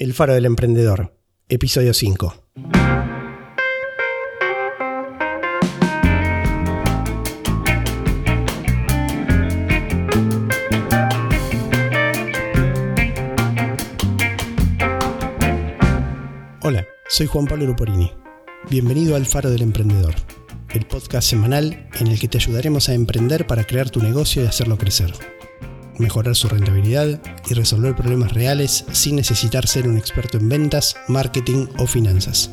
El Faro del Emprendedor, episodio 5. Hola, soy Juan Pablo Luporini. Bienvenido al Faro del Emprendedor, el podcast semanal en el que te ayudaremos a emprender para crear tu negocio y hacerlo crecer, mejorar su rentabilidad y resolver problemas reales sin necesitar ser un experto en ventas, marketing o finanzas.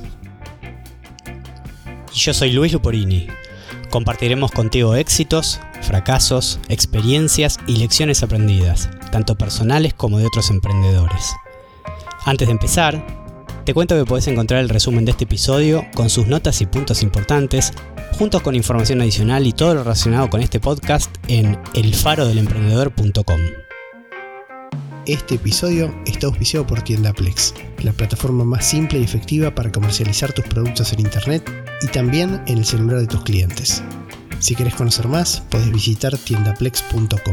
Y yo soy Luis Luporini. Compartiremos contigo éxitos, fracasos, experiencias y lecciones aprendidas, tanto personales como de otros emprendedores. Antes de empezar, te cuento que podés encontrar el resumen de este episodio con sus notas y puntos importantes, juntos con información adicional y todo lo relacionado con este podcast en elfarodelemprendedor.com. Este episodio está auspiciado por Tiendaplex, la plataforma más simple y efectiva para comercializar tus productos en internet y también en el celular de tus clientes. Si querés conocer más, podés visitar tiendaplex.com.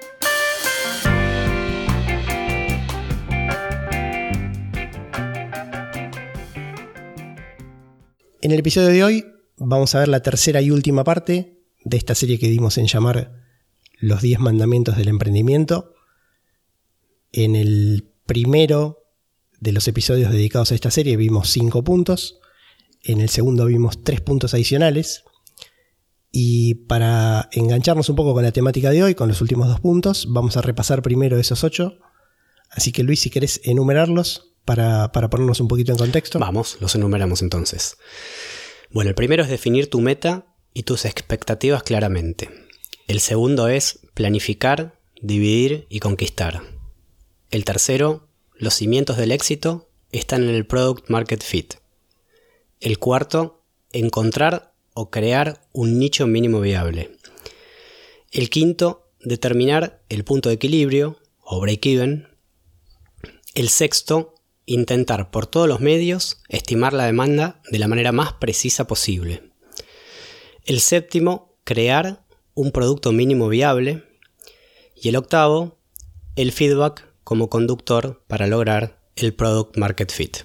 En el episodio de hoy vamos a ver la tercera y última parte de esta serie que dimos en llamar Los 10 Mandamientos del Emprendimiento. En el primero de los episodios dedicados a esta serie vimos 5 puntos, en el segundo vimos 3 puntos adicionales, y para engancharnos un poco con la temática de hoy, con los últimos 2 puntos, vamos a repasar primero esos 8. Así que Luis, si querés enumerarlos para ponernos un poquito en contexto. Vamos, los enumeramos entonces. Bueno, el primero es definir tu meta y tus expectativas claramente. El segundo es planificar, dividir y conquistar. El tercero, los cimientos del éxito están en el Product Market Fit. El cuarto, encontrar o crear un nicho mínimo viable. El quinto, determinar el punto de equilibrio o break-even. El sexto, intentar por todos los medios estimar la demanda de la manera más precisa posible. El séptimo, crear un producto mínimo viable. Y el octavo, el feedback como conductor para lograr el Product Market Fit.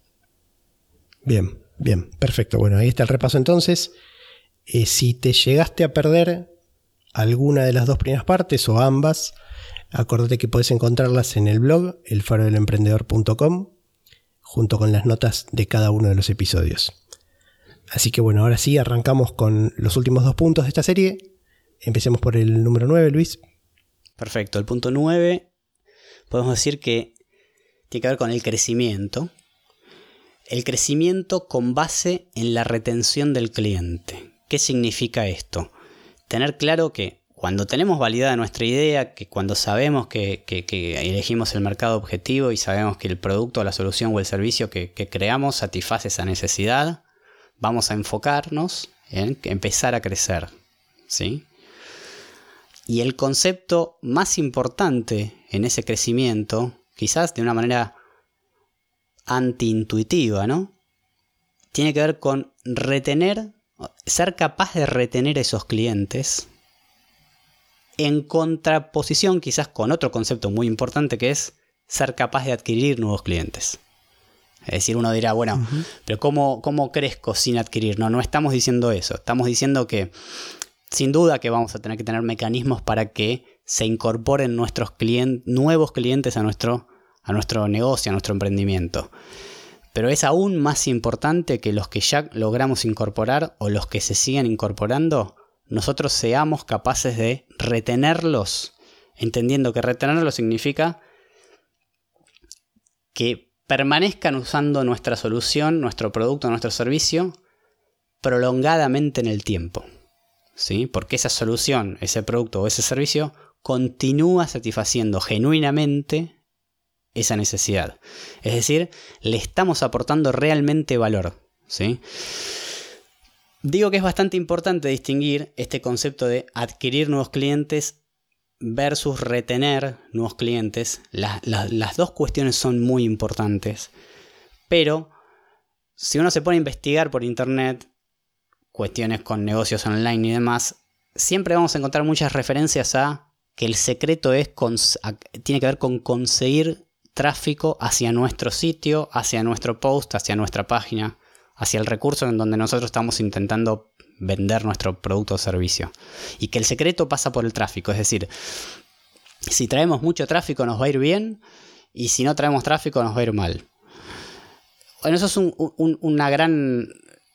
Bien, perfecto. Bueno, ahí está el repaso entonces. Si te llegaste a perder alguna de las 2 primeras partes o ambas, acordate que podés encontrarlas en el blog elfarodelemprendedor.com junto con las notas de cada uno de los episodios. Así que bueno, ahora sí arrancamos con los últimos 2 puntos de esta serie. Empecemos por el número 9, Luis. Perfecto, el punto 9 podemos decir que tiene que ver con el crecimiento. El crecimiento con base en la retención del cliente. ¿Qué significa esto? Tener claro que cuando tenemos validada nuestra idea, que cuando sabemos que elegimos el mercado objetivo y sabemos que el producto, la solución o el servicio que creamos satisface esa necesidad, vamos a enfocarnos en empezar a crecer, ¿sí? Y el concepto más importante en ese crecimiento, quizás de una manera antiintuitiva, ¿no? Tiene que ver con ser capaz de retener a esos clientes en contraposición quizás con otro concepto muy importante que es ser capaz de adquirir nuevos clientes. Es decir, uno dirá, bueno, pero ¿cómo crezco sin adquirir? No estamos diciendo eso. Estamos diciendo que sin duda que vamos a tener que tener mecanismos para que se incorporen nuevos clientes a nuestro negocio, a nuestro emprendimiento. Pero es aún más importante que los que ya logramos incorporar o los que se siguen incorporando, nosotros seamos capaces de retenerlos, entendiendo que retenerlos significa que permanezcan usando nuestra solución, nuestro producto, nuestro servicio, prolongadamente en el tiempo, ¿sí? Porque esa solución, ese producto o ese servicio continúa satisfaciendo genuinamente esa necesidad. Es decir, le estamos aportando realmente valor, ¿sí? Digo que es bastante importante distinguir este concepto de adquirir nuevos clientes versus retener nuevos clientes. Las 2 cuestiones son muy importantes, pero si uno se pone a investigar por internet cuestiones con negocios online y demás, siempre vamos a encontrar muchas referencias a que el secreto tiene que ver con conseguir tráfico hacia nuestro sitio, hacia nuestro post, hacia nuestra página, hacia el recurso en donde nosotros estamos intentando vender nuestro producto o servicio. Y que el secreto pasa por el tráfico, es decir, si traemos mucho tráfico nos va a ir bien, y si no traemos tráfico nos va a ir mal. Bueno, eso es una gran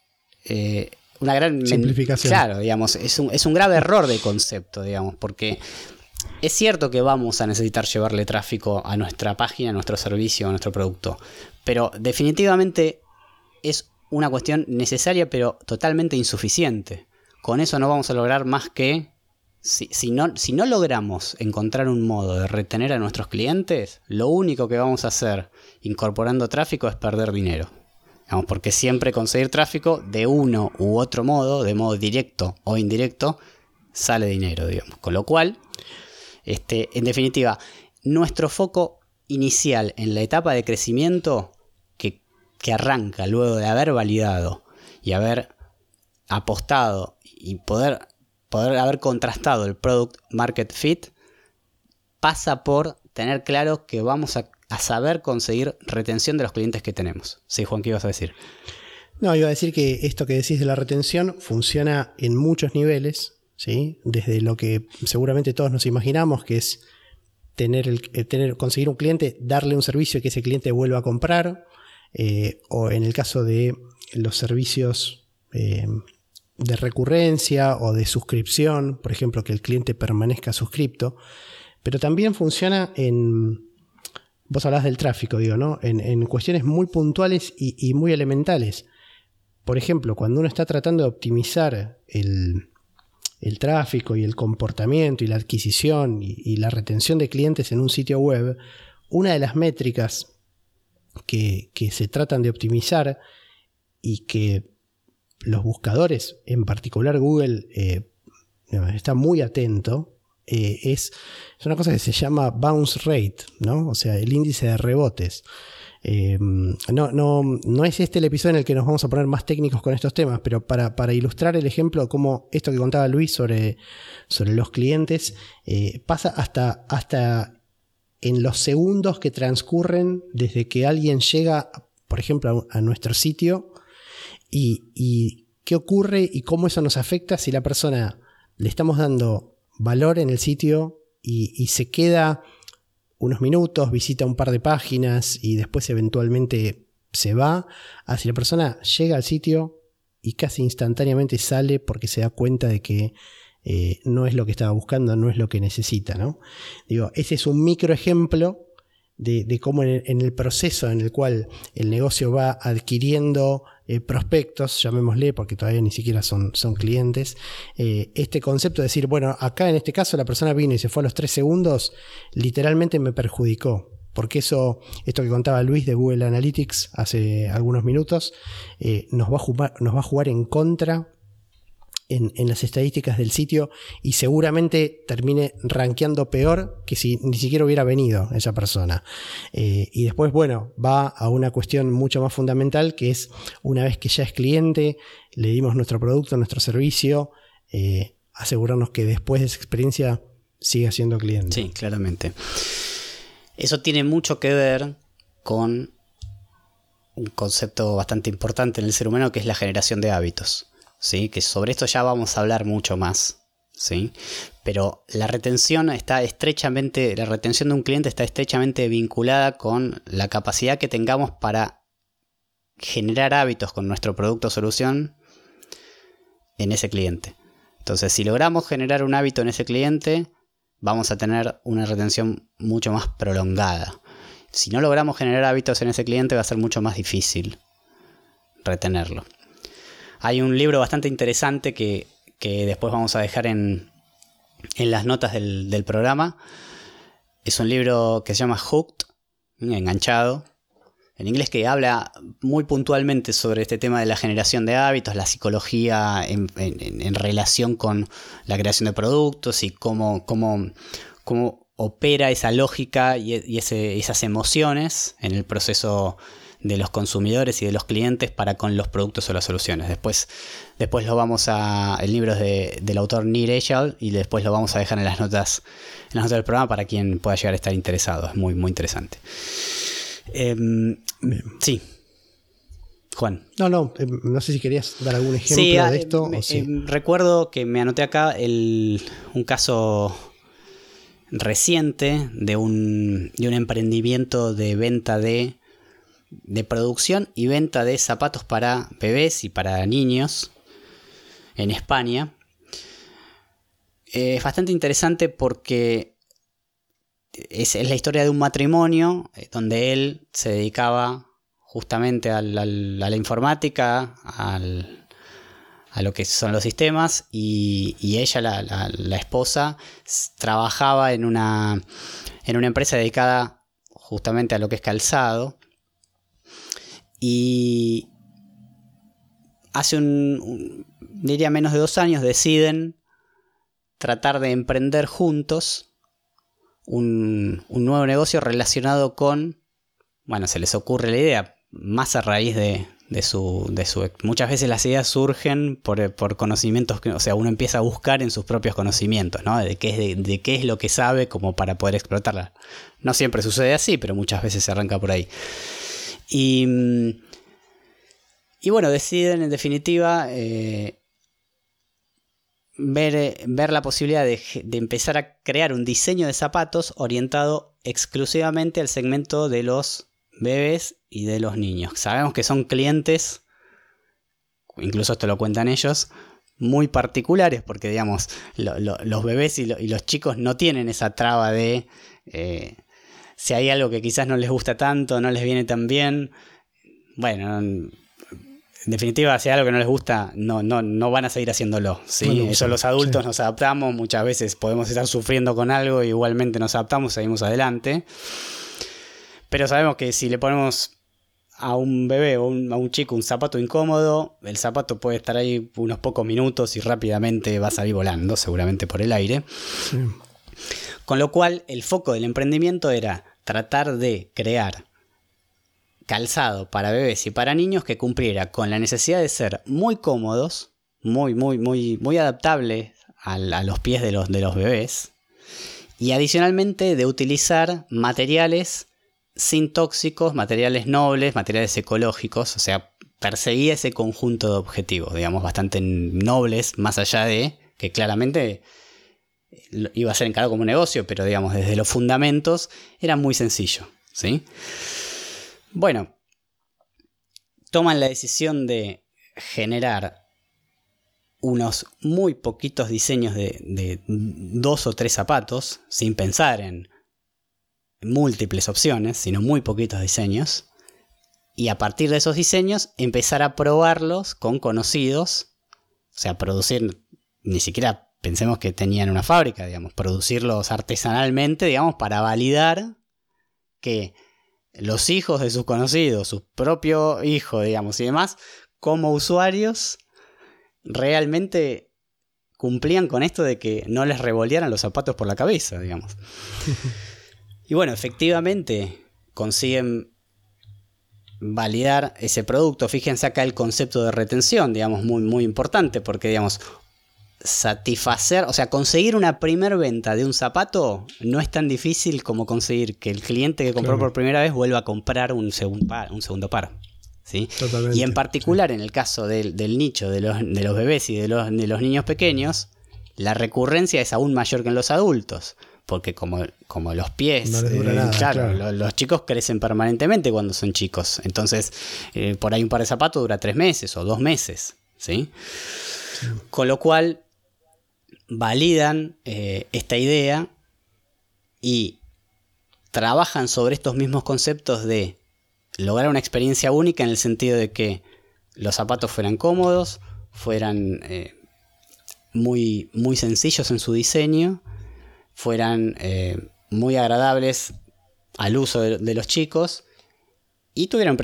simplificación. Claro, digamos, es un grave error de concepto, digamos, porque es cierto que vamos a necesitar llevarle tráfico a nuestra página, a nuestro servicio, a nuestro producto, pero definitivamente es una cuestión necesaria pero totalmente insuficiente. Con eso no vamos a lograr más que, si no logramos encontrar un modo de retener a nuestros clientes, lo único que vamos a hacer incorporando tráfico es perder dinero. Digamos, porque siempre conseguir tráfico de uno u otro modo, de modo directo o indirecto, sale dinero, digamos. Con lo cual, en definitiva, nuestro foco inicial en la etapa de crecimiento que arranca luego de haber validado y haber apostado y poder haber contrastado el product market fit, pasa por tener claro que vamos a saber conseguir retención de los clientes que tenemos. Sí, Juan, ¿qué ibas a decir? No, iba a decir que esto que decís de la retención funciona en muchos niveles, ¿sí? Desde lo que seguramente todos nos imaginamos, que es conseguir un cliente, darle un servicio y que ese cliente vuelva a comprar, o en el caso de los servicios de recurrencia o de suscripción, por ejemplo, que el cliente permanezca suscripto, pero también funciona vos hablás del tráfico, digo, ¿no? En cuestiones muy puntuales y muy elementales. Por ejemplo, cuando uno está tratando de optimizar el tráfico y el comportamiento y la adquisición y la retención de clientes en un sitio web, una de las métricas que se tratan de optimizar y que los buscadores, en particular Google, está muy atento, es una cosa que se llama bounce rate, ¿no? O sea, el índice de rebotes. No es este el episodio en el que nos vamos a poner más técnicos con estos temas, pero para ilustrar el ejemplo, como esto que contaba Luis sobre los clientes, pasa hasta en los segundos que transcurren desde que alguien llega, por ejemplo, a nuestro sitio y qué ocurre y cómo eso nos afecta si la persona le estamos dando valor en el sitio y se queda unos minutos, visita un par de páginas y después eventualmente se va, a si la persona llega al sitio y casi instantáneamente sale porque se da cuenta de que no es lo que estaba buscando, no es lo que necesita, ¿no? Digo, ese es un micro ejemplo de cómo en el proceso en el cual el negocio va adquiriendo prospectos, llamémosle, porque todavía ni siquiera son clientes, este concepto de decir, bueno, acá en este caso la persona vino y se fue a los 3 segundos, literalmente me perjudicó, porque esto que contaba Luis de Google Analytics hace algunos minutos, nos va a jugar en contra en las estadísticas del sitio y seguramente termine rankeando peor que si ni siquiera hubiera venido esa persona. Y después, bueno, va a una cuestión mucho más fundamental, que es una vez que ya es cliente, le dimos nuestro producto, nuestro servicio, asegurarnos que después de esa experiencia siga siendo cliente. Sí, claramente. Eso tiene mucho que ver con un concepto bastante importante en el ser humano, que es la generación de hábitos. ¿Sí? Que sobre esto ya vamos a hablar mucho más, ¿sí? Pero la retención de un cliente está estrechamente vinculada con la capacidad que tengamos para generar hábitos con nuestro producto o solución en ese cliente. Entonces, si logramos generar un hábito en ese cliente, vamos a tener una retención mucho más prolongada. Si no logramos generar hábitos en ese cliente, va a ser mucho más difícil retenerlo. Hay un libro bastante interesante que después vamos a dejar en las notas del programa. Es un libro que se llama Hooked, enganchado, en inglés, que habla muy puntualmente sobre este tema de la generación de hábitos, la psicología en relación con la creación de productos y cómo opera esa lógica y esas emociones en el proceso los consumidores y de los clientes para con los productos o las soluciones. Después lo vamos a... El libro es del autor Nir Eyal y después lo vamos a dejar en las notas del programa para quien pueda llegar a estar interesado. Es muy, muy interesante. Sí. Juan. No sé si querías dar algún ejemplo de esto. Recuerdo que me anoté acá un caso reciente de un emprendimiento de venta de producción y venta de zapatos para bebés y para niños en España. Es bastante interesante porque es la historia de un matrimonio donde él se dedicaba justamente a la informática, a lo que son los sistemas, y ella, la esposa, trabajaba en una empresa dedicada justamente a lo que es calzado. Y hace diría menos de 2 años deciden tratar de emprender juntos un nuevo negocio relacionado con, bueno, se les ocurre la idea más a raíz de su muchas veces las ideas surgen por conocimientos que, o sea, uno empieza a buscar en sus propios conocimientos, ¿no? De qué es lo que sabe como para poder explotarla. No siempre sucede así, pero muchas veces se arranca por ahí. Y bueno, deciden en definitiva ver la posibilidad de empezar a crear un diseño de zapatos orientado exclusivamente al segmento de los bebés y de los niños. Sabemos que son clientes, incluso esto lo cuentan ellos, muy particulares, porque digamos los bebés y los chicos no tienen esa traba de si hay algo que quizás no les gusta tanto, no les viene tan bien, bueno, en definitiva, si hay algo que no les gusta, no van a seguir haciéndolo, ¿sí? Bueno, eso los adultos sí. Nos adaptamos, muchas veces podemos estar sufriendo con algo y igualmente nos adaptamos, seguimos adelante. Pero sabemos que si le ponemos a un bebé o a un chico un zapato incómodo, el zapato puede estar ahí unos pocos minutos y rápidamente va a salir volando, seguramente por el aire. Sí. Con lo cual, el foco del emprendimiento era tratar de crear calzado para bebés y para niños que cumpliera con la necesidad de ser muy cómodos, muy adaptables a los pies de los bebés, y adicionalmente de utilizar materiales sin tóxicos, materiales nobles, materiales ecológicos. O sea, perseguía ese conjunto de objetivos, digamos, bastante nobles, más allá de que claramente iba a ser encarado como un negocio, pero digamos, desde los fundamentos era muy sencillo, ¿sí? Bueno, toman la decisión de generar unos muy poquitos diseños de 2 o 3 zapatos, sin pensar en múltiples opciones, sino muy poquitos diseños, y a partir de esos diseños empezar a probarlos con conocidos, o sea, producir, ni siquiera pensemos que tenían una fábrica, digamos, producirlos artesanalmente, digamos, para validar que los hijos de sus conocidos, su propio hijo, digamos, y demás, como usuarios, realmente cumplían con esto de que no les revolearan los zapatos por la cabeza, digamos. Y bueno, efectivamente consiguen validar ese producto. Fíjense acá el concepto de retención, digamos, muy importante, porque, digamos, satisfacer, o sea, conseguir una primer venta de un zapato no es tan difícil como conseguir que el cliente que compró por primera vez vuelva a comprar un segundo par. ¿Sí? Totalmente, y en particular, sí. En el caso del nicho de los bebés y de los niños pequeños, la recurrencia es aún mayor que en los adultos. Porque como los pies, no les dura nada, claro. Los chicos crecen permanentemente cuando son chicos. Entonces, por ahí un par de zapatos dura 3 meses o 2 meses, ¿sí? Sí. Con lo cual, validan esta idea y trabajan sobre estos mismos conceptos de lograr una experiencia única, en el sentido de que los zapatos fueran cómodos, fueran muy sencillos en su diseño, fueran muy agradables al uso de los chicos y tuvieran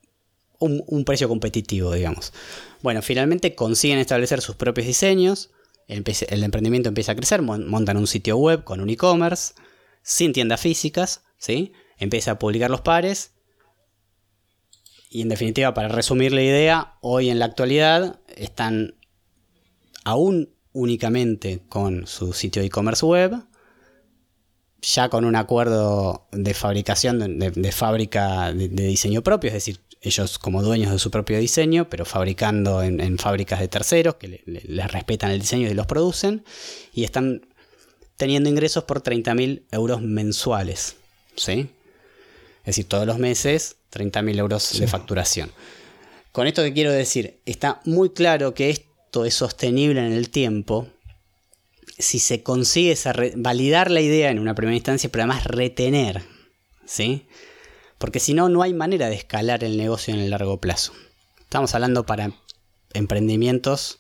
un precio competitivo, digamos. Bueno, finalmente consiguen establecer sus propios diseños, el emprendimiento empieza a crecer, montan un sitio web con un e-commerce, sin tiendas físicas, ¿sí? Empieza a publicar los pares, Y en definitiva, para resumir la idea, hoy en la actualidad están aún únicamente con su sitio de e-commerce web, ya con un acuerdo de fabricación, de fábrica de diseño propio, es decir, ellos como dueños de su propio diseño, pero fabricando en fábricas de terceros que les respetan el diseño y los producen, y están teniendo ingresos por 30.000 euros mensuales, ¿sí? Es decir, todos los meses 30.000 euros sí, de facturación. Con esto que quiero decir, está muy claro que esto es sostenible en el tiempo si se consigue validar la idea en una primera instancia, pero además retener, ¿sí? Porque si no, no hay manera de escalar el negocio en el largo plazo. Estamos hablando para emprendimientos.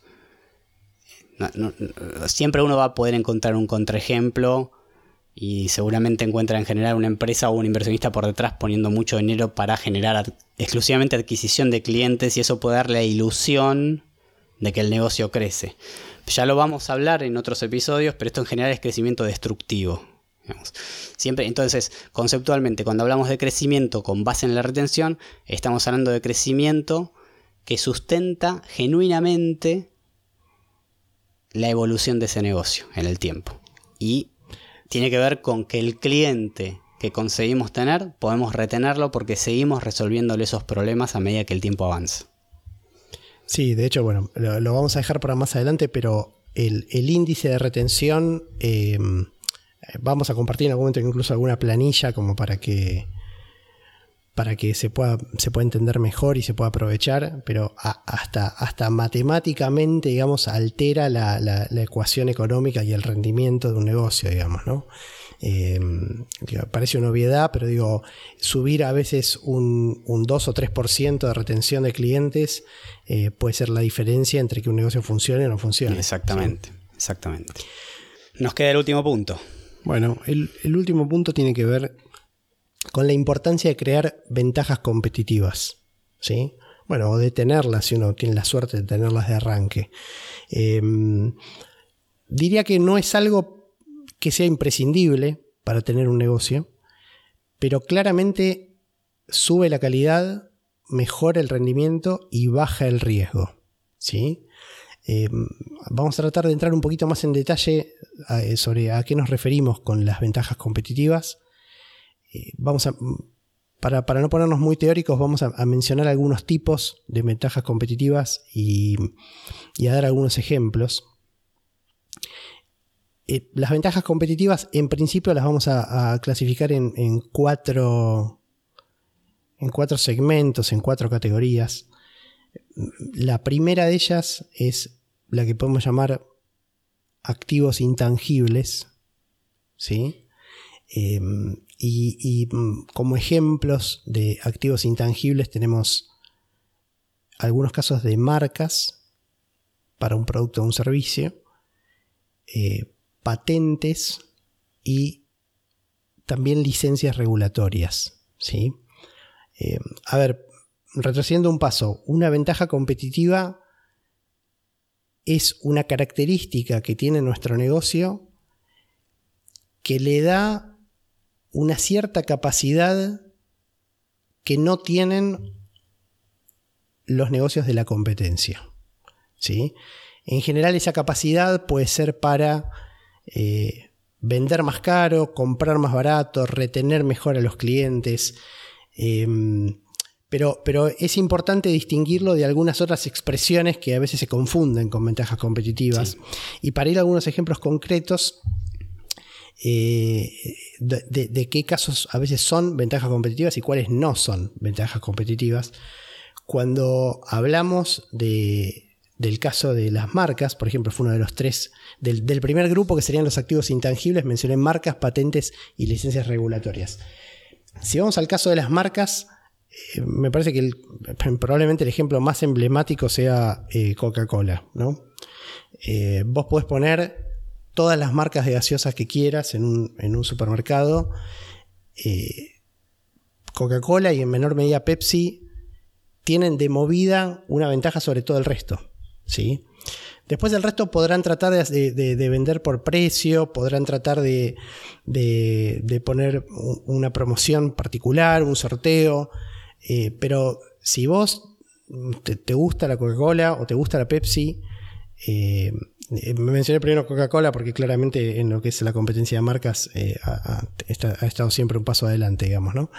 Siempre uno va a poder encontrar un contraejemplo y seguramente encuentra en general una empresa o un inversionista por detrás poniendo mucho dinero para generar exclusivamente adquisición de clientes, y eso puede dar la ilusión de que el negocio crece. Ya lo vamos a hablar en otros episodios, pero esto en general es crecimiento destructivo. Siempre, entonces, conceptualmente, cuando hablamos de crecimiento con base en la retención, estamos hablando de crecimiento que sustenta genuinamente la evolución de ese negocio en el tiempo. Y tiene que ver con que el cliente que conseguimos tener, podemos retenerlo porque seguimos resolviéndole esos problemas a medida que el tiempo avanza. Sí, de hecho, bueno, lo vamos a dejar para más adelante, pero el índice de retención, vamos a compartir en algún momento incluso alguna planilla como para que se pueda entender mejor y se pueda aprovechar, pero hasta matemáticamente, digamos, altera la ecuación económica y el rendimiento de un negocio, digamos, ¿no? Parece una obviedad, pero digo, subir a veces un 2 o 3% de retención de clientes puede ser la diferencia entre que un negocio funcione o no funcione. Exactamente, ¿sí? Exactamente. Nos queda el último punto. Bueno, el último punto tiene que ver con la importancia de crear ventajas competitivas, ¿sí? Bueno, o de tenerlas si uno tiene la suerte de tenerlas de arranque. Diría que no es algo que sea imprescindible para tener un negocio, pero claramente sube la calidad, mejora el rendimiento y baja el riesgo, ¿sí? Vamos a tratar de entrar un poquito más en detalle sobre a qué nos referimos con las ventajas competitivas. Para no ponernos muy teóricos, vamos a mencionar algunos tipos de ventajas competitivas y a dar algunos ejemplos. Las ventajas competitivas, en principio, las vamos a clasificar en cuatro segmentos, en 4 categorías. La primera de ellas es la que podemos llamar activos intangibles, ¿sí? Y como ejemplos de activos intangibles tenemos algunos casos de marcas para un producto o un servicio, patentes y también licencias regulatorias, ¿sí? A ver, retrocediendo un paso, una ventaja competitiva es una característica que tiene nuestro negocio que le da una cierta capacidad que no tienen los negocios de la competencia, ¿sí? En general esa capacidad puede ser para vender más caro, comprar más barato, retener mejor a los clientes, pero es importante distinguirlo de algunas otras expresiones que a veces se confunden con ventajas competitivas. Sí. Y para ir a algunos ejemplos concretos de qué casos a veces son ventajas competitivas y cuáles no son ventajas competitivas. Cuando hablamos del caso de las marcas, por ejemplo, fue uno de los 3 del primer grupo, que serían los activos intangibles, mencioné marcas, patentes y licencias regulatorias. Si vamos al caso de las marcas, me parece que probablemente el ejemplo más emblemático sea Coca-Cola, ¿no? Vos podés poner todas las marcas de gaseosas que quieras en un supermercado. Coca-Cola y en menor medida Pepsi tienen de movida una ventaja sobre todo el resto, ¿sí? Después del resto podrán tratar de vender por precio, podrán tratar de poner una promoción particular, un sorteo, pero si vos te gusta la Coca-Cola o te gusta la Pepsi, me mencioné primero Coca-Cola porque claramente en lo que es la competencia de marcas ha estado siempre un paso adelante, digamos, ¿no?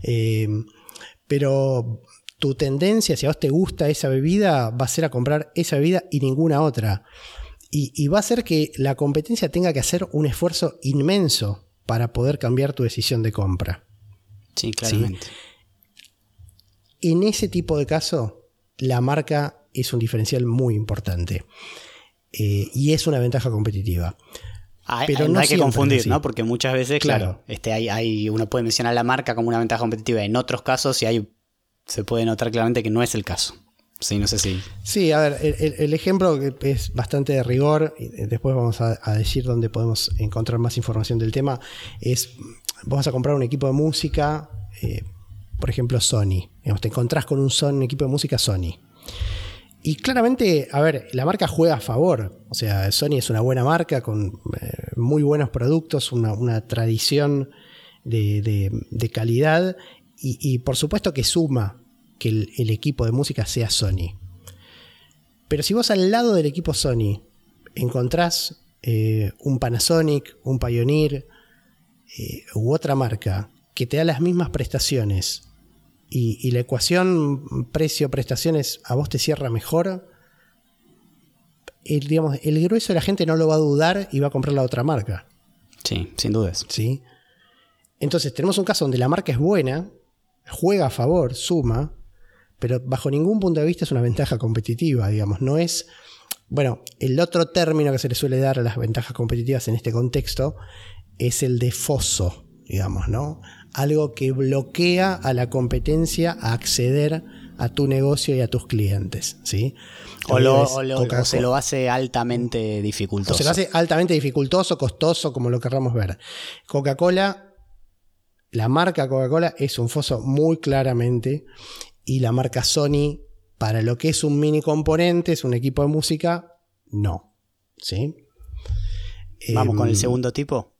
Pero tu tendencia, si a vos te gusta esa bebida, va a ser a comprar esa bebida y ninguna otra. Y va a hacer que la competencia tenga que hacer un esfuerzo inmenso para poder cambiar tu decisión de compra. Sí, claramente. ¿Sí? En ese tipo de caso, la marca es un diferencial muy importante. Y es una ventaja competitiva. Pero no hay que confundir, ¿no? Porque muchas veces, claro, uno puede mencionar la marca como una ventaja competitiva. En otros casos, se puede notar claramente que no es el caso. Sí, no sé si... Sí, a ver, el ejemplo es bastante de rigor, y después vamos a decir dónde podemos encontrar más información del tema, es, vos vas a comprar un equipo de música, por ejemplo Sony, digamos, te encontrás con un equipo de música Sony. Y claramente, a ver, la marca juega a favor, o sea, Sony es una buena marca con muy buenos productos, una tradición de calidad, y por supuesto que suma que el equipo de música sea Sony. Pero si vos al lado del equipo Sony encontrás un Panasonic, un Pioneer u otra marca que te da las mismas prestaciones y la ecuación precio-prestaciones a vos te cierra mejor, el grueso de la gente no lo va a dudar y va a comprar la otra marca. Sí, sin dudas. ¿Sí? Entonces tenemos un caso donde la marca es buena, juega a favor, suma, pero bajo ningún punto de vista es una ventaja competitiva, digamos. No es... Bueno, el otro término que se le suele dar a las ventajas competitivas en este contexto es el de foso, digamos, ¿no? Algo que bloquea a la competencia a acceder a tu negocio y a tus clientes, ¿sí? O se lo hace altamente dificultoso. O se lo hace altamente dificultoso, costoso, como lo querramos ver. Coca-Cola, la marca Coca-Cola es un foso muy claramente, y la marca Sony, para lo que es un mini componente, es un equipo de música, no. ¿Sí? ¿Vamos con el segundo tipo?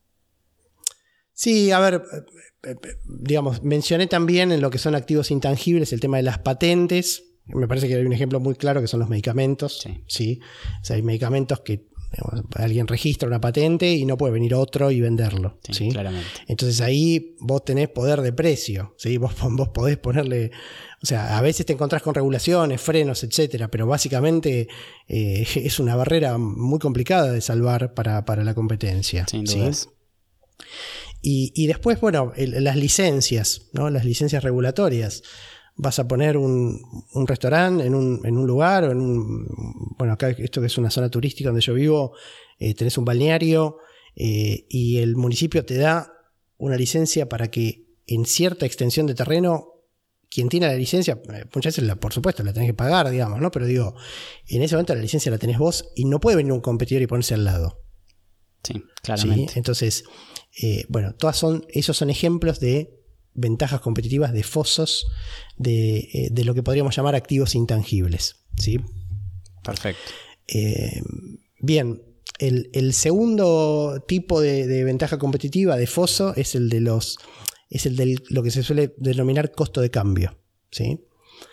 Sí, a ver, digamos, mencioné también en lo que son activos intangibles el tema de las patentes. Me parece que hay un ejemplo muy claro que son los medicamentos. Sí. ¿Sí? O sea, hay medicamentos que alguien registra una patente y no puede venir otro y venderlo. Sí, ¿sí? Claramente. Entonces ahí vos tenés poder de precio. ¿Sí? Vos podés ponerle... O sea, a veces te encontrás con regulaciones, frenos, etcétera, pero básicamente es una barrera muy complicada de salvar para la competencia. Sin dudas. ¿Sí? Y después, bueno, las licencias, ¿no? Las licencias regulatorias. Vas a poner un restaurante en un lugar, o bueno, acá esto que es una zona turística donde yo vivo, tenés un balneario y el municipio te da una licencia para que en cierta extensión de terreno, quien tiene la licencia, muchas veces por supuesto la tenés que pagar, digamos, ¿no? Pero digo, en ese momento la licencia la tenés vos y no puede venir un competidor y ponerse al lado. Sí, claramente. ¿Sí? Entonces, bueno, esos son ejemplos de ventajas competitivas, de fosos, de lo que podríamos llamar activos intangibles. ¿Sí? Perfecto. Bien, el segundo tipo de ventaja competitiva, de foso, es el de lo que se suele denominar costo de cambio. ¿Sí?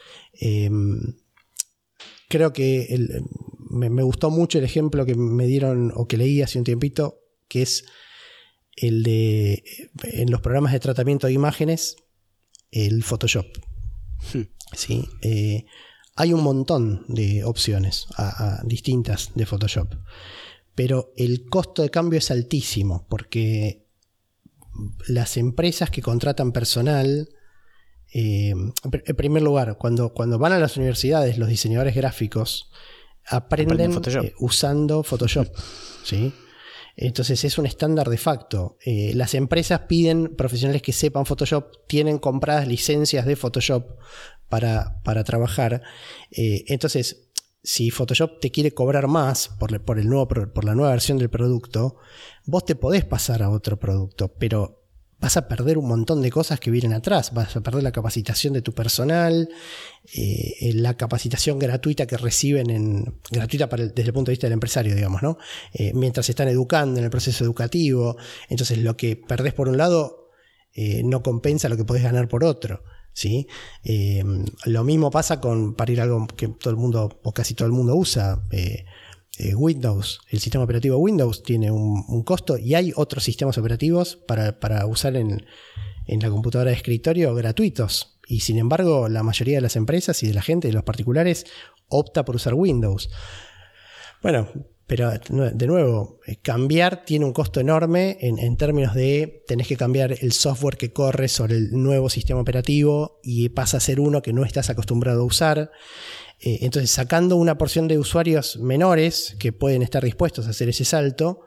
Creo que me gustó mucho el ejemplo que me dieron o que leí hace un tiempito, que es el de en los programas de tratamiento de imágenes, el Photoshop. ¿Sí? Hay un montón de opciones distintas de Photoshop, pero el costo de cambio es altísimo porque las empresas que contratan personal, en primer lugar, cuando van a las universidades, los diseñadores gráficos aprenden usando Photoshop. ¿Sí? Entonces es un estándar de facto. Las empresas piden profesionales que sepan Photoshop, tienen compradas licencias de Photoshop para trabajar. Entonces, si Photoshop te quiere cobrar más por la nueva versión del producto, vos te podés pasar a otro producto, pero vas a perder un montón de cosas que vienen atrás. Vas a perder la capacitación de tu personal, la capacitación gratuita que reciben, gratuita desde el punto de vista del empresario, digamos, ¿no? Mientras están educando en el proceso educativo. Entonces lo que perdés por un lado no compensa lo que podés ganar por otro. ¿sí? Lo mismo pasa para ir a algo que todo el mundo o casi todo el mundo usa. Windows, el sistema operativo Windows tiene un costo, y hay otros sistemas operativos para usar en la computadora de escritorio gratuitos, y sin embargo la mayoría de las empresas y de la gente, de los particulares, opta por usar Windows. Bueno, pero de nuevo, cambiar tiene un costo enorme en términos de tenés que cambiar el software que corre sobre el nuevo sistema operativo y pasa a ser uno que no estás acostumbrado a usar. Entonces, sacando una porción de usuarios menores que pueden estar dispuestos a hacer ese salto,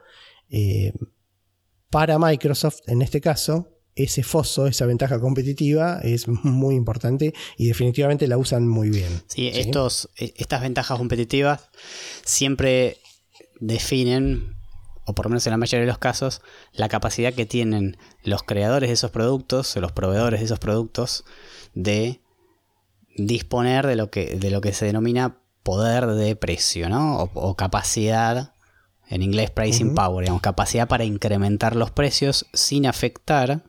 para Microsoft, en este caso, ese foso, esa ventaja competitiva es muy importante y definitivamente la usan muy bien. Sí, estas ventajas competitivas siempre definen, o por lo menos en la mayoría de los casos, la capacidad que tienen los creadores de esos productos, o los proveedores de esos productos, de disponer de lo que se denomina poder de precio, ¿no? O capacidad, en inglés pricing power, digamos, capacidad para incrementar los precios sin afectar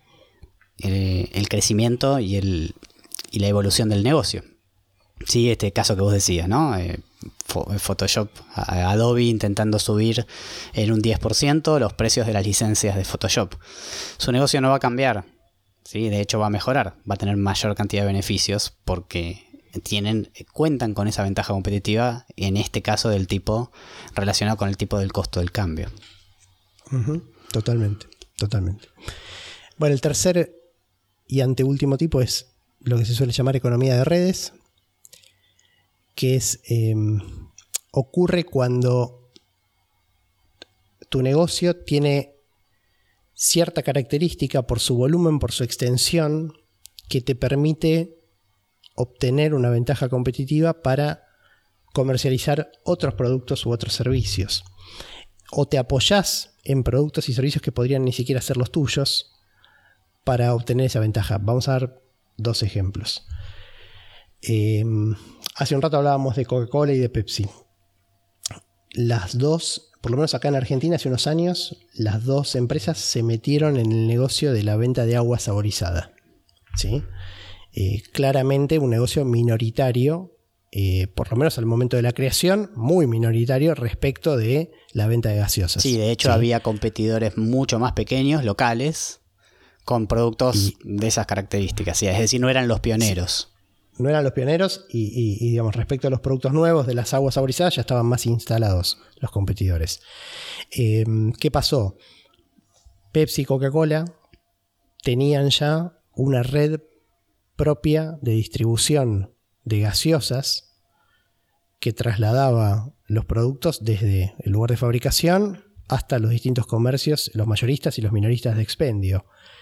el crecimiento y la evolución del negocio. Sí, este caso que vos decías, ¿no? Photoshop, Adobe intentando subir en un 10% los precios de las licencias de Photoshop. Su negocio no va a cambiar, ¿sí? De hecho va a mejorar, va a tener mayor cantidad de beneficios porque cuentan con esa ventaja competitiva, en este caso del tipo relacionado con el tipo del costo del cambio. Totalmente. Bueno, el tercer y anteúltimo tipo es lo que se suele llamar economía de redes, que es ocurre cuando tu negocio tiene cierta característica por su volumen, por su extensión, que te permite obtener una ventaja competitiva para comercializar otros productos u otros servicios. O te apoyás en productos y servicios que podrían ni siquiera ser los tuyos para obtener esa ventaja. Vamos a dar 2 ejemplos. Hace un rato hablábamos de Coca-Cola y de Pepsi. Las dos, por lo menos acá en Argentina hace unos años, las dos empresas se metieron en el negocio de la venta de agua saborizada, ¿sí? Claramente un negocio minoritario, por lo menos al momento de la creación, muy minoritario respecto de la venta de gaseosas. Sí, de hecho, ¿sí? Había competidores mucho más pequeños, locales, con productos de esas características, ¿sí? Es decir, no eran los pioneros. Sí, no eran los pioneros y digamos, respecto a los productos nuevos de las aguas saborizadas ya estaban más instalados los competidores. ¿Qué pasó? Pepsi y Coca-Cola tenían ya una red propia de distribución de gaseosas que trasladaba los productos desde el lugar de fabricación hasta los distintos comercios, los mayoristas y los minoristas de expendio.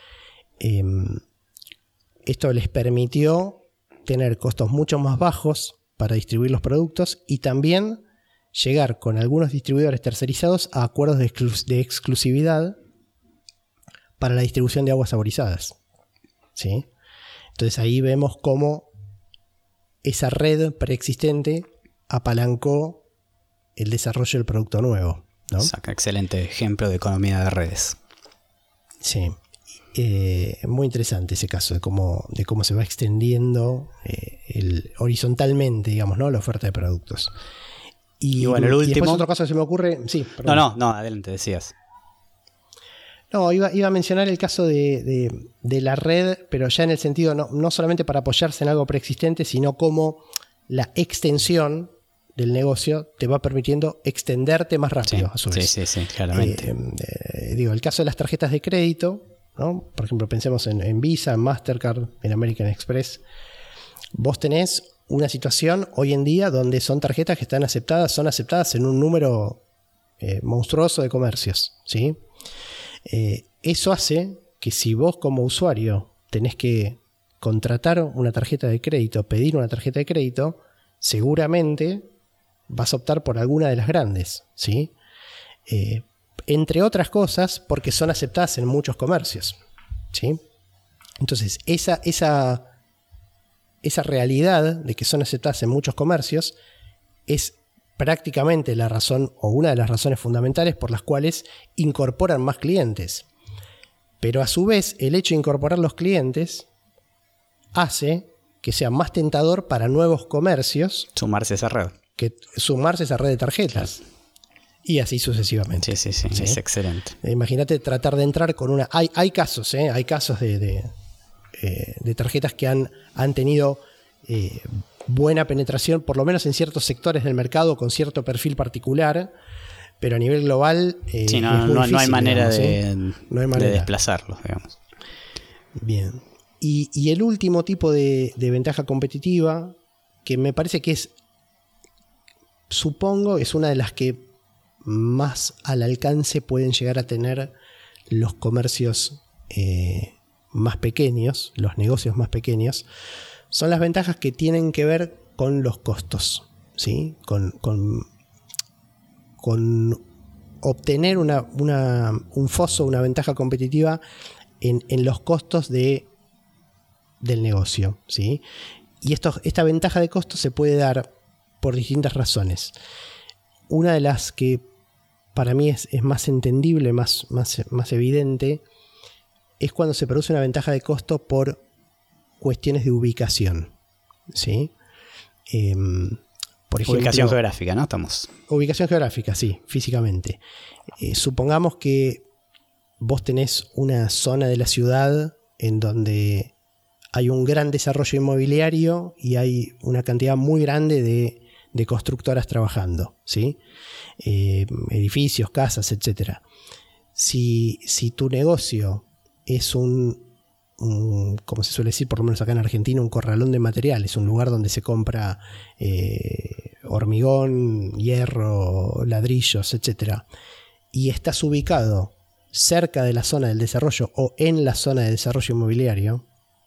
Esto les permitió tener costos mucho más bajos para distribuir los productos y también llegar con algunos distribuidores tercerizados a acuerdos de exclusividad para la distribución de aguas saborizadas, ¿sí? Entonces ahí vemos cómo esa red preexistente apalancó el desarrollo del producto nuevo, ¿no? Excelente ejemplo de economía de redes. Sí. Muy interesante ese caso de cómo se va extendiendo horizontalmente, digamos, ¿no? La oferta de productos. Y bueno, el último. Después otro caso que se me ocurre. Sí, perdón. No, adelante, decías. No, iba a mencionar el caso de la red, pero ya en el sentido no solamente para apoyarse en algo preexistente, sino como la extensión del negocio te va permitiendo extenderte más rápido, a su vez. Sí, claramente. El caso de las tarjetas de crédito, ¿no? Por ejemplo, pensemos en Visa, en Mastercard, en American Express. Vos tenés una situación hoy en día donde son tarjetas que son aceptadas en un número monstruoso de comercios, ¿sí? Eso hace que si vos como usuario tenés que contratar una tarjeta de crédito, pedir una tarjeta de crédito, seguramente vas a optar por alguna de las grandes, ¿sí? Entre otras cosas porque son aceptadas en muchos comercios, ¿sí? Entonces esa realidad de que son aceptadas en muchos comercios es prácticamente la razón o una de las razones fundamentales por las cuales incorporan más clientes. Pero a su vez, el hecho de incorporar los clientes hace que sea más tentador para nuevos comercios sumarse a esa red. que sumarse a esa red de tarjetas. Claro. Y así sucesivamente. Sí, es excelente. Imagínate tratar de entrar con una... Hay casos, hay casos de tarjetas que han tenido buena penetración, por lo menos en ciertos sectores del mercado, con cierto perfil particular, pero a nivel global no hay manera, digamos, de desplazarlos, digamos. Bien. Y el último tipo de ventaja competitiva, que me parece que supongo, es una de las que más al alcance pueden llegar a tener los comercios más pequeños, los negocios más pequeños, son las ventajas que tienen que ver con los costos, ¿sí? Con obtener un foso, una ventaja competitiva en los costos del negocio, ¿sí? Y esta ventaja de costos se puede dar por distintas razones. Una de las que para mí es más entendible, más evidente, es cuando se produce una ventaja de costo por cuestiones de ubicación, ¿sí? Por ejemplo, ubicación geográfica, ¿no? Ubicación geográfica, sí, físicamente. Supongamos que vos tenés una zona de la ciudad en donde hay un gran desarrollo inmobiliario y hay una cantidad muy grande de constructoras trabajando, ¿sí? Edificios, casas, etc. Si tu negocio es como se suele decir, por lo menos acá en Argentina, un corralón de materiales, un lugar donde se compra hormigón, hierro, ladrillos, etc., y estás ubicado cerca de la zona del desarrollo o en la zona de desarrollo inmobiliario,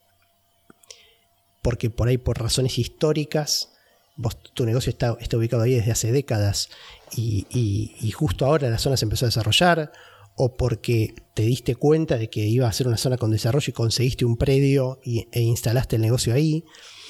porque por ahí, por razones históricas, tu negocio está ubicado ahí desde hace décadas y justo ahora la zona se empezó a desarrollar, o porque te diste cuenta de que iba a ser una zona con desarrollo y conseguiste un predio e instalaste el negocio ahí,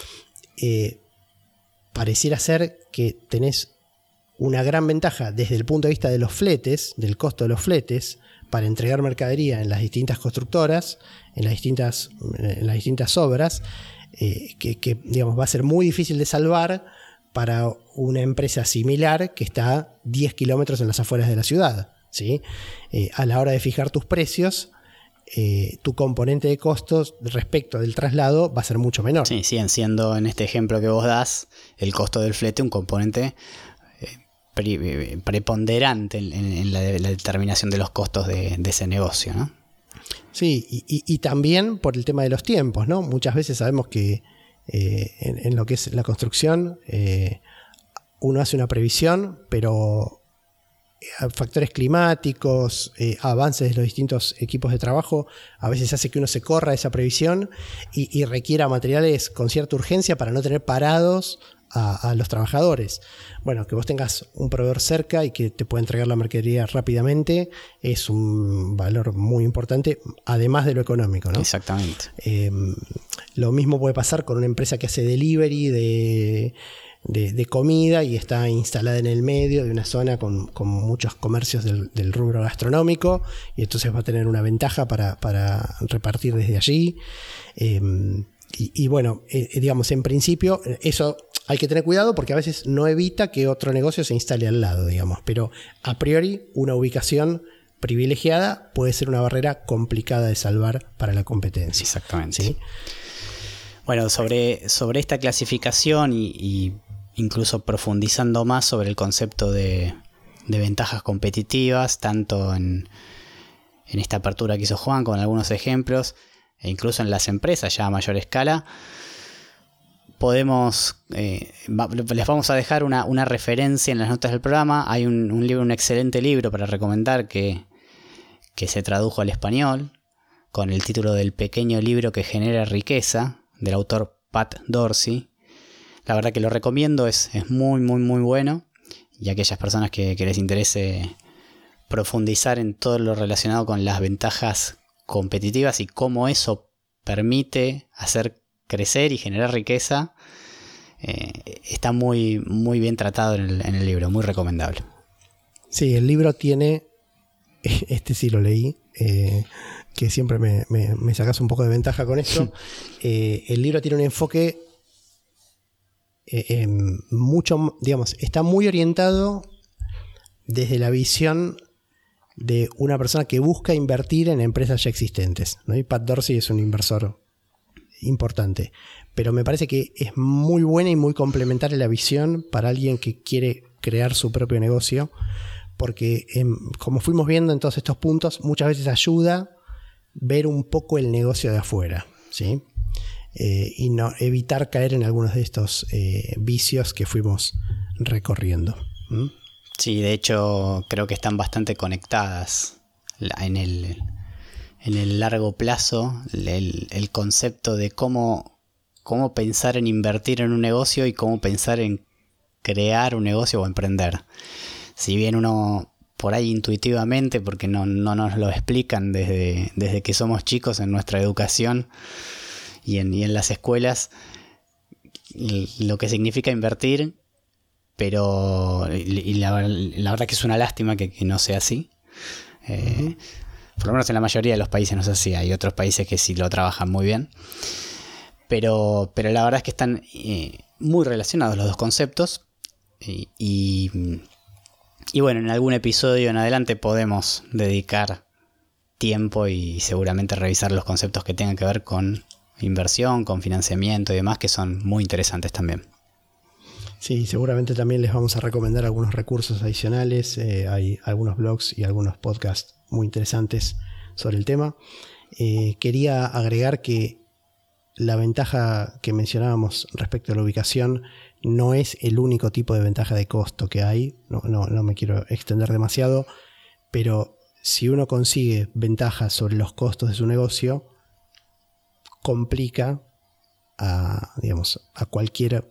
pareciera ser que tenés una gran ventaja desde el punto de vista de los fletes, del costo de los fletes, para entregar mercadería en las distintas constructoras, en las distintas obras, que digamos, va a ser muy difícil de salvar para una empresa similar que está a 10 kilómetros en las afueras de la ciudad, ¿sí? A la hora de fijar tus precios, tu componente de costos respecto del traslado va a ser mucho menor. Sí, siguen siendo, en este ejemplo que vos das, el costo del flete un componente preponderante en la determinación de los costos de ese negocio, ¿no? Sí, y también por el tema de los tiempos, ¿no? Muchas veces sabemos que en lo que es la construcción uno hace una previsión, pero factores climáticos, avances de los distintos equipos de trabajo, a veces hace que uno se corra esa previsión y requiera materiales con cierta urgencia para no tener parados a los trabajadores. Bueno, que vos tengas un proveedor cerca y que te pueda entregar la mercadería rápidamente es un valor muy importante, además de lo económico, ¿no? Exactamente. Lo mismo puede pasar con una empresa que hace delivery de comida y está instalada en el medio de una zona con muchos comercios del rubro gastronómico, y entonces va a tener una ventaja para repartir desde allí. Y bueno, digamos, en principio eso hay que tener cuidado porque a veces no evita que otro negocio se instale al lado, digamos, pero a priori una ubicación privilegiada puede ser una barrera complicada de salvar para la competencia. Exactamente. ¿Sí? Bueno, sobre esta clasificación y incluso profundizando más sobre el concepto de ventajas competitivas, tanto en esta apertura que hizo Juan con algunos ejemplos, e incluso en las empresas ya a mayor escala, les vamos a dejar una referencia en las notas del programa. Hay un excelente libro para recomendar que se tradujo al español con el título del pequeño libro que genera riqueza, del autor Pat Dorsey. La verdad que lo recomiendo, es muy muy muy bueno, y a aquellas personas que les interese profundizar en todo lo relacionado con las ventajas competitivas y cómo eso permite hacer crecer y generar riqueza, está muy, muy bien tratado en el libro, muy recomendable. Sí, el libro tiene, sí lo leí, que siempre me sacas un poco de ventaja con eso. El libro tiene un enfoque mucho, digamos, está muy orientado desde la visión de una persona que busca invertir en empresas ya existentes, ¿no? Y Pat Dorsey es un inversor importante, pero me parece que es muy buena y muy complementaria la visión para alguien que quiere crear su propio negocio, porque como fuimos viendo en todos estos puntos, muchas veces ayuda ver un poco el negocio de afuera, ¿sí? Y no evitar caer en algunos de estos vicios que fuimos recorriendo. Sí, de hecho creo que están bastante conectadas en el largo plazo, el concepto de cómo pensar en invertir en un negocio y cómo pensar en crear un negocio o emprender. Si bien uno por ahí intuitivamente, porque no nos lo explican desde que somos chicos en nuestra educación y en las escuelas, lo que significa invertir, pero la verdad que es una lástima que no sea así. Por lo menos en la mayoría de los países no es así. Hay otros países que sí lo trabajan muy bien. Pero la verdad es que están muy relacionados los dos conceptos. Y bueno, en algún episodio en adelante podemos dedicar tiempo y seguramente revisar los conceptos que tengan que ver con inversión, con financiamiento y demás, que son muy interesantes también. Sí, seguramente también les vamos a recomendar algunos recursos adicionales. Hay algunos blogs y algunos podcasts muy interesantes sobre el tema. Quería agregar que la ventaja que mencionábamos respecto a la ubicación no es el único tipo de ventaja de costo que hay. No me quiero extender demasiado, pero si uno consigue ventajas sobre los costos de su negocio, complica a cualquier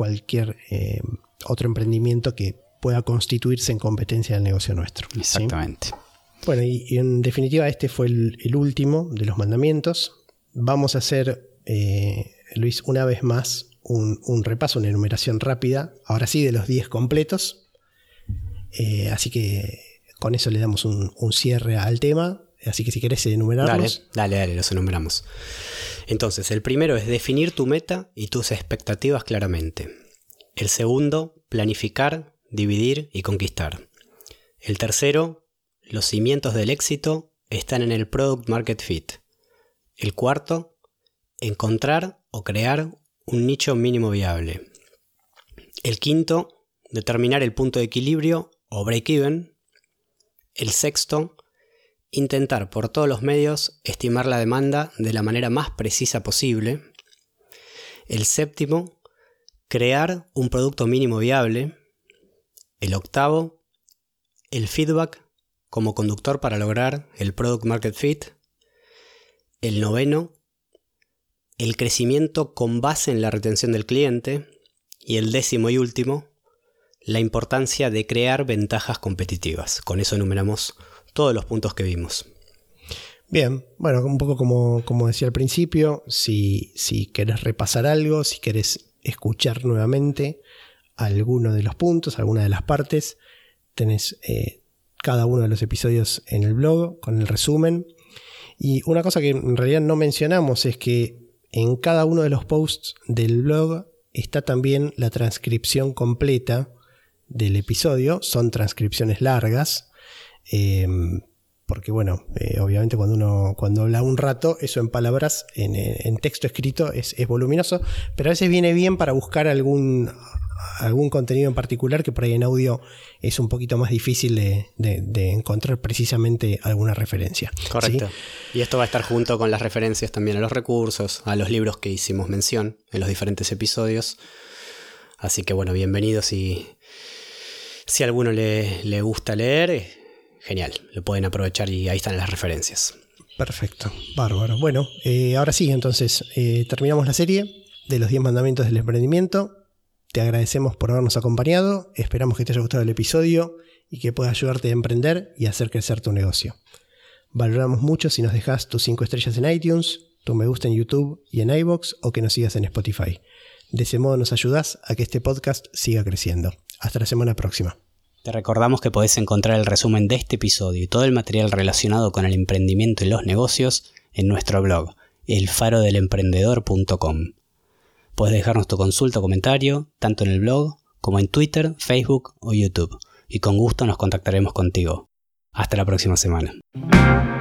otro emprendimiento que pueda constituirse en competencia del negocio nuestro. Exactamente. ¿Sí? Bueno, y en definitiva este fue el último de los mandamientos. Vamos a hacer, Luis, una vez más un repaso, una enumeración rápida, ahora sí de los 10 completos. Así que con eso le damos un cierre al tema. Así que si querés enumerarlos. Dale, los enumeramos. Entonces, el primero es definir tu meta y tus expectativas claramente. El segundo, planificar, dividir y conquistar. El tercero, los cimientos del éxito están en el Product Market Fit. El cuarto, encontrar o crear un nicho mínimo viable. El quinto, determinar el punto de equilibrio o break-even. El sexto, intentar por todos los medios estimar la demanda de la manera más precisa posible. El séptimo, crear un producto mínimo viable. El octavo, el feedback como conductor para lograr el Product Market Fit. El noveno, el crecimiento con base en la retención del cliente. Y el décimo y último, la importancia de crear ventajas competitivas. Con eso enumeramos todos los puntos que vimos. Bien, bueno, un poco como decía al principio, si querés repasar algo, si querés escuchar nuevamente alguno de los puntos, alguna de las partes, tenés cada uno de los episodios en el blog con el resumen. Y una cosa que en realidad no mencionamos es que en cada uno de los posts del blog está también la transcripción completa del episodio. Son transcripciones largas. Porque bueno, obviamente cuando habla un rato, eso en palabras, en texto escrito es voluminoso, pero a veces viene bien para buscar algún contenido en particular que por ahí en audio es un poquito más difícil de encontrar precisamente alguna referencia. Correcto. ¿Sí? Y esto va a estar junto con las referencias también a los recursos, a los libros que hicimos mención en los diferentes episodios. Así que bueno, bienvenidos si a alguno le gusta leer. Genial, lo pueden aprovechar y ahí están las referencias. Perfecto, bárbaro. Bueno, ahora sí, entonces terminamos la serie de los 10 mandamientos del emprendimiento. Te agradecemos por habernos acompañado. Esperamos que te haya gustado el episodio y que pueda ayudarte a emprender y hacer crecer tu negocio. Valoramos mucho si nos dejas tus 5 estrellas en iTunes, tu me gusta en YouTube y en iVoox o que nos sigas en Spotify. De ese modo nos ayudas a que este podcast siga creciendo. Hasta la semana próxima. Te recordamos que podés encontrar el resumen de este episodio y todo el material relacionado con el emprendimiento y los negocios en nuestro blog, elfarodelemprendedor.com. Podés dejarnos tu consulta o comentario, tanto en el blog como en Twitter, Facebook o YouTube, y con gusto nos contactaremos contigo. Hasta la próxima semana.